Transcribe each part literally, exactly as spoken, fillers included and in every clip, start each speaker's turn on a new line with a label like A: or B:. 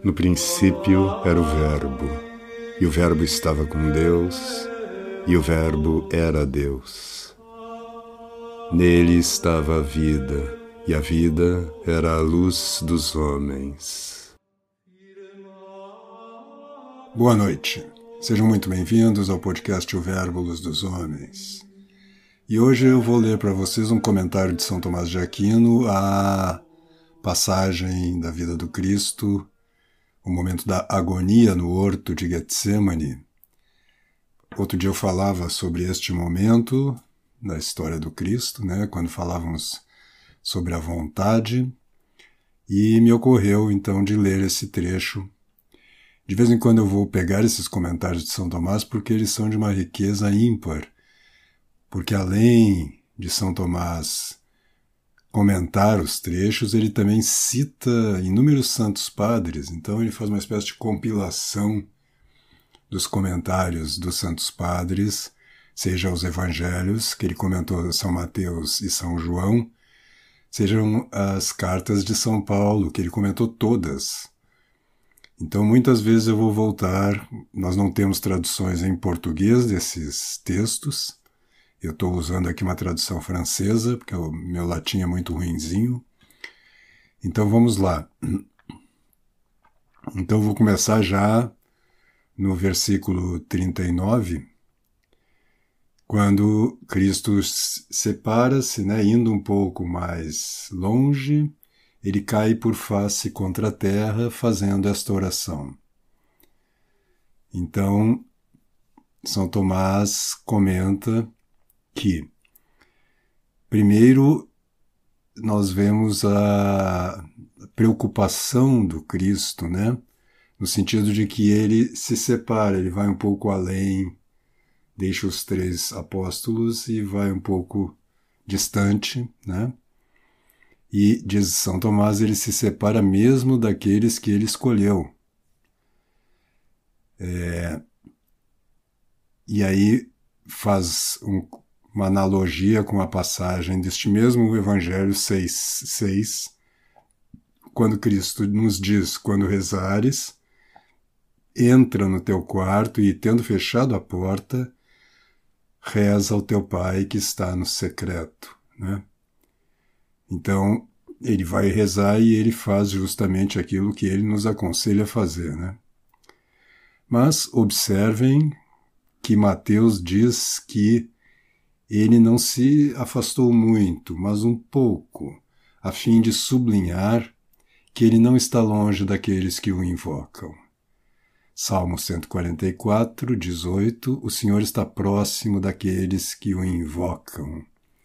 A: No princípio era o Verbo, e o Verbo estava com Deus, e o Verbo era Deus. Nele estava a vida, e a vida era a luz dos homens.
B: Boa noite. Sejam muito bem-vindos ao podcast O Verbo, Luz dos Homens. E hoje eu vou ler para vocês um comentário de São Tomás de Aquino à passagem da vida do Cristo, o momento da agonia no horto de Getsêmani. Outro dia eu falava sobre este momento da história do Cristo, né, quando falávamos sobre a vontade, e me ocorreu então de ler esse trecho. De vez em quando eu vou pegar esses comentários de São Tomás porque eles são de uma riqueza ímpar, porque além de São Tomás comentar os trechos, ele também cita inúmeros santos padres, então ele faz uma espécie de compilação dos comentários dos santos padres, seja os evangelhos, que ele comentou São Mateus e São João, sejam as cartas de São Paulo, que ele comentou todas. Então muitas vezes eu vou voltar, nós não temos traduções em português desses textos. Eu estou usando aqui uma tradução francesa, porque o meu latim é muito ruinzinho. Então vamos lá. Então vou começar já no versículo trinta e nove, quando Cristo separa-se, né, indo um pouco mais longe, ele cai por face contra a terra, fazendo esta oração. Então, São Tomás comenta que, primeiro, nós vemos a preocupação do Cristo, né? No sentido de que ele se separa, ele vai um pouco além, deixa os três apóstolos e vai um pouco distante, né? E, diz São Tomás, ele se separa mesmo daqueles que ele escolheu. É... E aí faz um... uma analogia com a passagem deste mesmo Evangelho seis, seis, quando Cristo nos diz, quando rezares, entra no teu quarto e, tendo fechado a porta, reza ao teu Pai que está no secreto, né? Então, ele vai rezar e ele faz justamente aquilo que ele nos aconselha a fazer, né? Mas observem que Mateus diz que ele não se afastou muito, mas um pouco, a fim de sublinhar que ele não está longe daqueles que o invocam. Salmo cento e quarenta e quatro, dezoito, o Senhor está próximo daqueles que o invocam.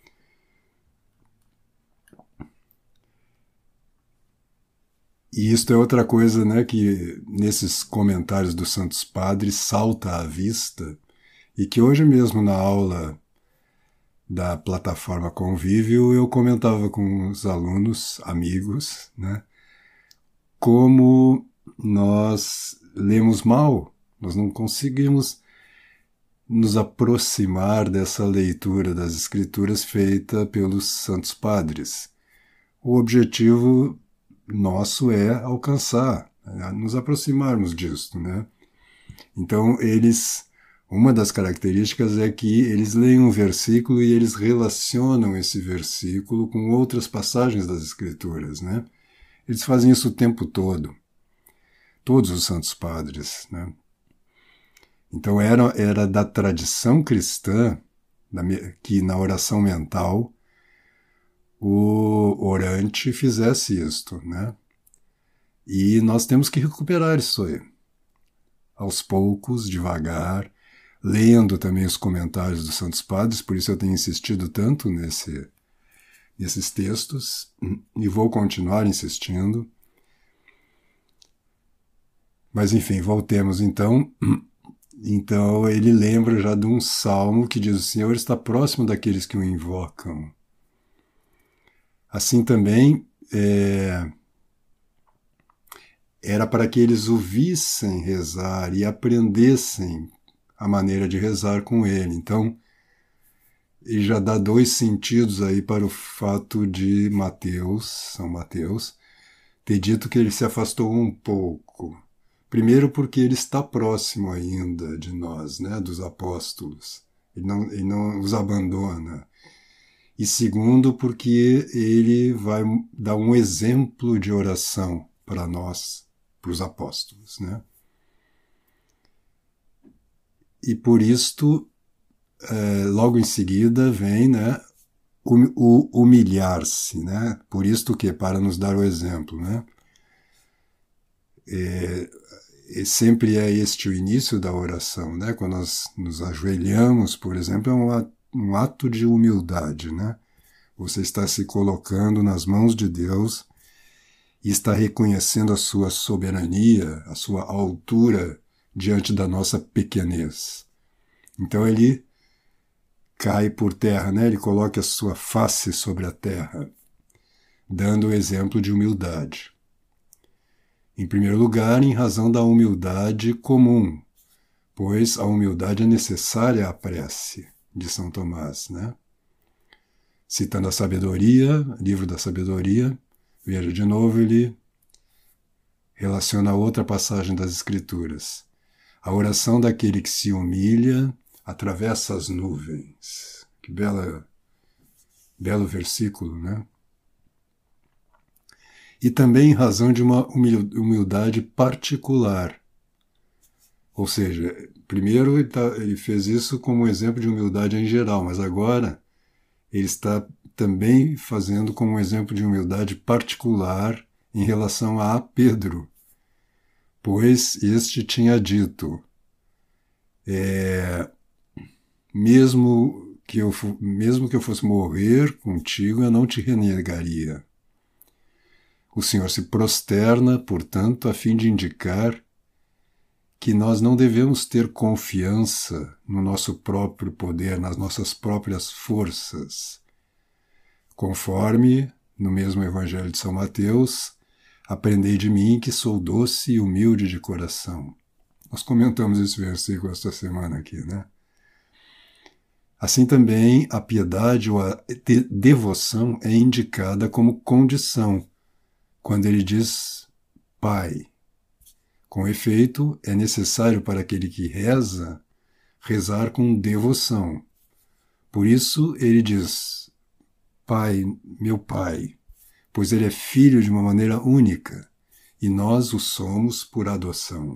B: E isto é outra coisa, né, que nesses comentários dos Santos Padres salta à vista, e que hoje mesmo na aula da plataforma Convívio, eu comentava com os alunos, amigos, né, como nós lemos mal, nós não conseguimos nos aproximar dessa leitura das Escrituras feita pelos Santos Padres. O objetivo nosso é alcançar, é nos aproximarmos disso, né? Então, eles... Uma das características é que eles leem um versículo e eles relacionam esse versículo com outras passagens das Escrituras, né? Eles fazem isso o tempo todo. Todos os santos padres, né? Então era, era da tradição cristã da, que na oração mental o orante fizesse isto, né? E nós temos que recuperar isso aí. Aos poucos, devagar, lendo também os comentários dos Santos Padres, por isso eu tenho insistido tanto nesse, nesses textos, e vou continuar insistindo. Mas enfim, voltemos então. Então ele lembra já de um salmo que diz: o Senhor está próximo daqueles que o invocam. Assim também, é, era para que eles o vissem rezar e aprendessem a maneira de rezar com ele. Então, ele já dá dois sentidos aí para o fato de Mateus, São Mateus, ter dito que ele se afastou um pouco. Primeiro porque ele está próximo ainda de nós, né, dos apóstolos. Ele não, ele não os abandona. E segundo porque ele vai dar um exemplo de oração para nós, para os apóstolos, né? E por isto, é, logo em seguida vem, né, o, o humilhar-se, né? Por isto que para nos dar o exemplo, né? É, e sempre é este o início da oração, né? Quando nós nos ajoelhamos, por exemplo, é um, um ato de humildade, né? Você está se colocando nas mãos de Deus e está reconhecendo a sua soberania, a sua altura diante da nossa pequenez. Então ele cai por terra, né? Ele coloca a sua face sobre a terra, dando o exemplo de humildade. Em primeiro lugar, em razão da humildade comum, pois a humildade é necessária à prece de São Tomás, né? Citando a sabedoria, livro da sabedoria, veja de novo, ele relaciona a outra passagem das Escrituras. A oração daquele que se humilha atravessa as nuvens. Que bela, belo versículo, né? E também em razão de uma humildade particular. Ou seja, primeiro ele, tá, ele fez isso como um exemplo de humildade em geral, mas agora ele está também fazendo como um exemplo de humildade particular em relação a Pedro, pois este tinha dito, é, mesmo, que eu, mesmo que eu fosse morrer contigo, eu não te renegaria. O Senhor se prosterna, portanto, a fim de indicar que nós não devemos ter confiança no nosso próprio poder, nas nossas próprias forças. Conforme, no mesmo Evangelho de São Mateus, aprendei de mim que sou doce e humilde de coração. Nós comentamos esse versículo esta semana aqui, né? Assim também a piedade ou a devoção é indicada como condição, quando ele diz Pai. Com efeito, é necessário para aquele que reza, rezar com devoção. Por isso ele diz, Pai, meu Pai, pois ele é filho de uma maneira única, e nós o somos por adoção.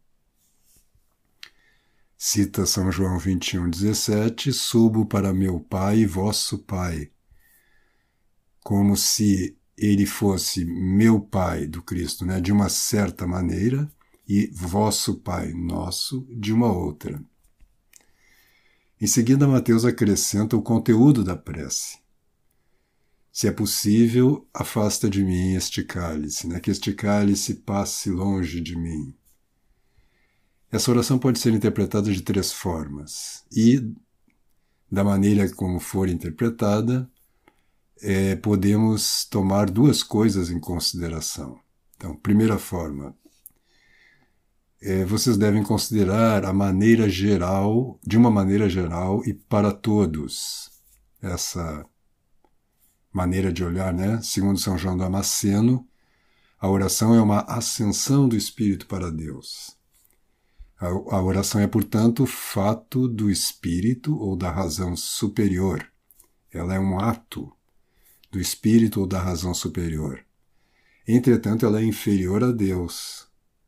B: Cita São João vinte e um, dezessete, subo para meu Pai e vosso Pai, como se ele fosse meu Pai do Cristo, né, de uma certa maneira, e vosso Pai nosso de uma outra. Em seguida, Mateus acrescenta o conteúdo da prece. Se é possível, afasta de mim este cálice, né, que este cálice passe longe de mim. Essa oração pode ser interpretada de três formas, e, da maneira como for interpretada, É, podemos tomar duas coisas em consideração. Então, primeira forma, é, vocês devem considerar a maneira geral, de uma maneira geral e para todos, essa maneira de olhar, né? Segundo São João Damasceno, a oração é uma ascensão do Espírito para Deus. A, a oração é, portanto, fato do Espírito ou da razão superior. Ela é um ato do espírito ou da razão superior. Entretanto, ela é inferior a Deus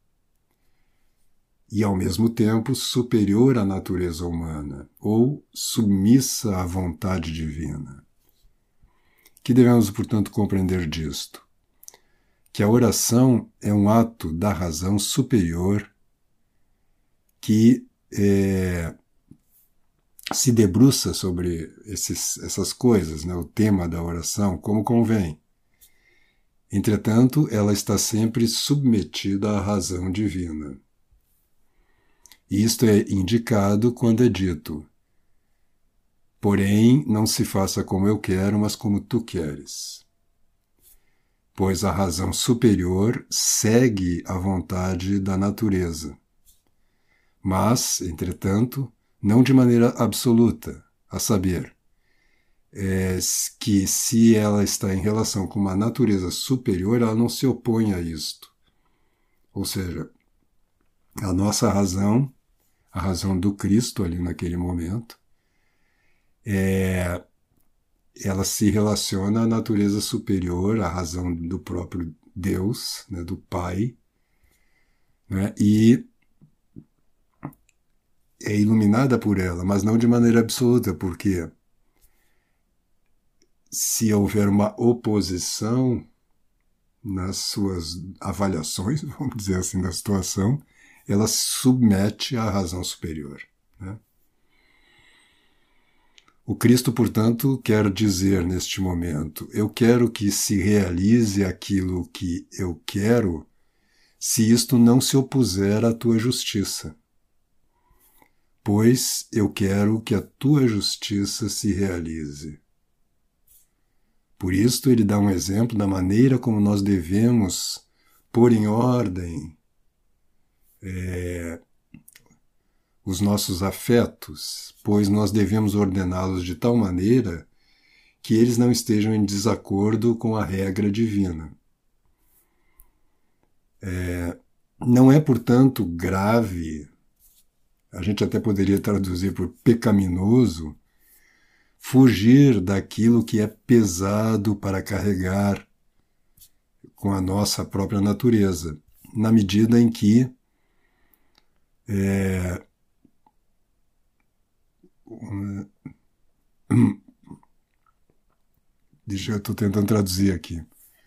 B: e, ao mesmo tempo, superior à natureza humana ou submissa à vontade divina. Que devemos, portanto, compreender disto? Que a oração é um ato da razão superior que é, se debruça sobre esses, essas coisas, né, o tema da oração, como convém. Entretanto, ela está sempre submetida à razão divina. E isto é indicado quando é dito, porém, não se faça como eu quero, mas como tu queres. Pois a razão superior segue a vontade da natureza. Mas, entretanto, não de maneira absoluta, a saber, é que se ela está em relação com uma natureza superior, ela não se opõe a isto. Ou seja, a nossa razão, a razão do Cristo ali naquele momento, é, ela se relaciona à natureza superior, à razão do próprio Deus, né, do Pai, né, e é iluminada por ela, mas não de maneira absoluta, porque se houver uma oposição nas suas avaliações, vamos dizer assim, da situação, ela se submete à razão superior, né? O Cristo, portanto, quer dizer neste momento, eu quero que se realize aquilo que eu quero, se isto não se opuser à tua justiça. Pois eu quero que a tua justiça se realize. Por isto ele dá um exemplo da maneira como nós devemos pôr em ordem é, os nossos afetos, pois nós devemos ordená-los de tal maneira que eles não estejam em desacordo com a regra divina. É, não é, portanto, grave, a gente até poderia traduzir por pecaminoso, fugir daquilo que é pesado para carregar com a nossa própria natureza, na medida em que é, deixa eu estou tentando traduzir aqui.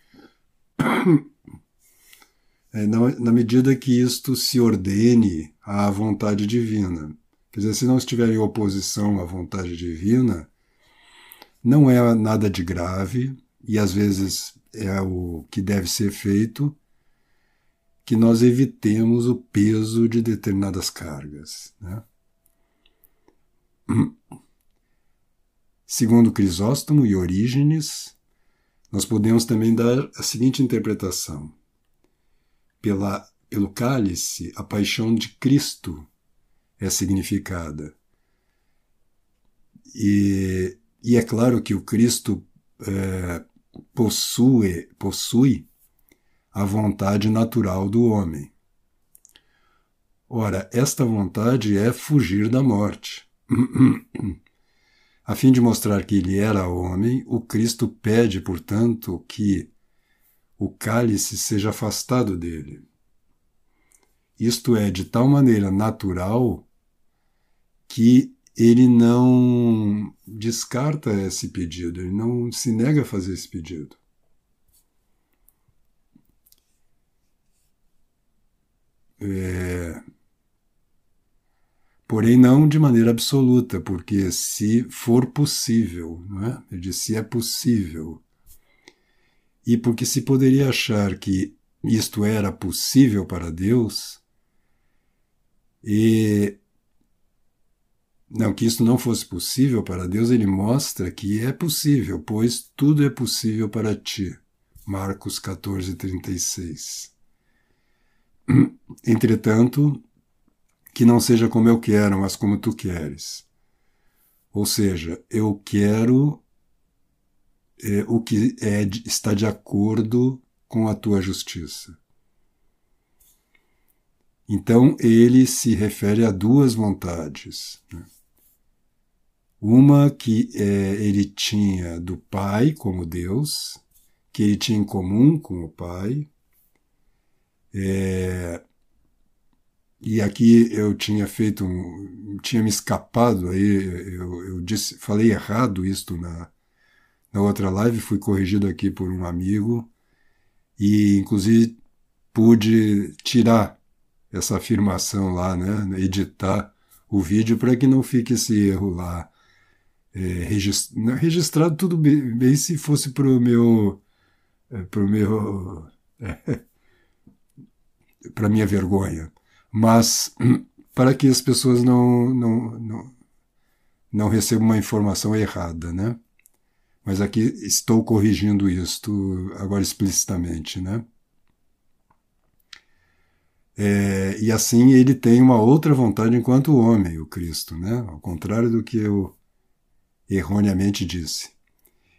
B: É, na, na medida que isto se ordene à vontade divina. Quer dizer, se não estiver em oposição à vontade divina, não é nada de grave, e às vezes é o que deve ser feito, que nós evitemos o peso de determinadas cargas, né? Segundo Crisóstomo e Orígenes, nós podemos também dar a seguinte interpretação. Pela, pelo cálice, a paixão de Cristo é significada. E, e é claro que o Cristo é, possui, possui a vontade natural do homem. Ora, esta vontade é fugir da morte. A fim de mostrar que ele era homem, o Cristo pede, portanto, que o cálice seja afastado dele. Isto é de tal maneira natural que ele não descarta esse pedido, ele não se nega a fazer esse pedido. É... Porém, não de maneira absoluta, porque se for possível, não é? Ele diz, se é possível. E porque se poderia achar que isto era possível para Deus, e não, que isto não fosse possível para Deus, ele mostra que é possível, pois tudo é possível para ti. Marcos quatorze, trinta e seis. Entretanto, que não seja como eu quero, mas como tu queres. Ou seja, eu quero é, o que é, está de acordo com a tua justiça. Então, ele se refere a duas vontades, né? Uma que é, ele tinha do Pai como Deus, que ele tinha em comum com o Pai. É, e aqui eu tinha feito, um, tinha me escapado, aí eu, eu disse, falei errado isto na, na outra live, fui corrigido aqui por um amigo, e inclusive pude tirar essa afirmação lá, né, editar o vídeo para que não fique esse erro lá. É, registrado, registrado tudo bem, bem se fosse para o meu, é, pro meu é, para minha vergonha, mas para que as pessoas não, não, não, não recebam uma informação errada, né? Mas aqui estou corrigindo isto agora explicitamente, né? É, e assim ele tem uma outra vontade enquanto homem, o Cristo, né? Ao contrário do que eu erroneamente disse.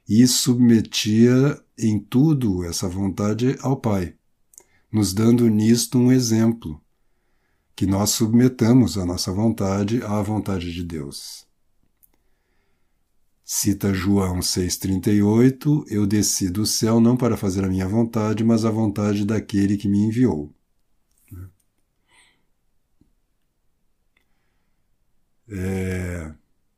B: e submetia em tudo essa vontade ao Pai, nos dando nisto um exemplo, que nós submetamos a nossa vontade à vontade de Deus. Cita João seis, trinta e oito, eu desci do céu não para fazer a minha vontade, mas a vontade daquele que me enviou. É...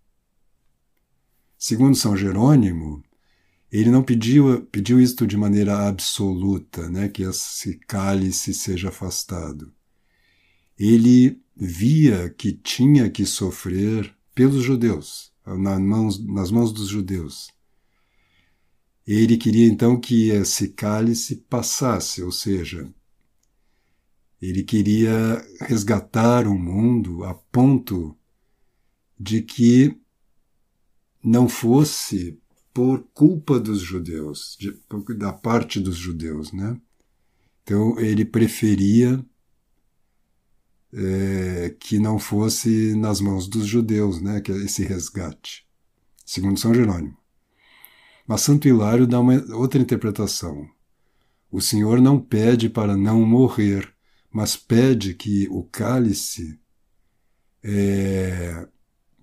B: Segundo São Jerônimo, ele não pediu, pediu isto de maneira absoluta, né, que esse cálice seja afastado. Ele via que tinha que sofrer pelos judeus, nas mãos, nas mãos dos judeus. Ele queria então que esse cálice passasse, ou seja, ele queria resgatar o mundo a ponto de que não fosse por culpa dos judeus, de, da parte dos judeus, né? Então ele preferia é, que não fosse nas mãos dos judeus, né? Que esse resgate, segundo São Jerônimo. Mas Santo Hilário dá uma outra interpretação. O Senhor não pede para não morrer, mas pede que o cálice é,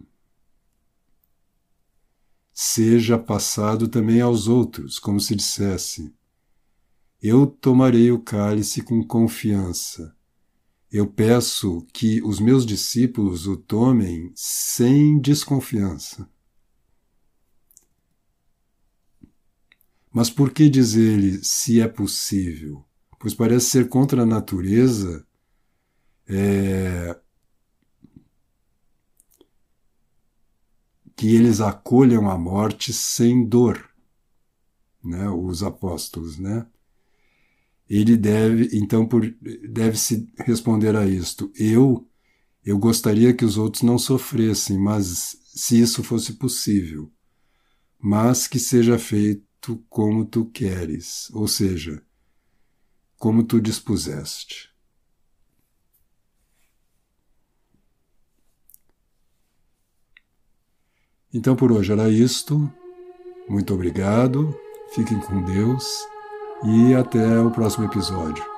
B: seja passado também aos outros, como se dissesse: eu tomarei o cálice com confiança. Eu peço que os meus discípulos o tomem sem desconfiança. Mas por que diz ele, se é possível? Pois parece ser contra a natureza é, que eles acolham a morte sem dor, né, os apóstolos, né? Ele deve, então, por, deve-se responder a isto. Eu, eu gostaria que os outros não sofressem, mas se isso fosse possível, mas que seja feito como tu queres, ou seja, como tu dispuseste. Então por hoje era isto. Muito obrigado, fiquem com Deus e até o próximo episódio.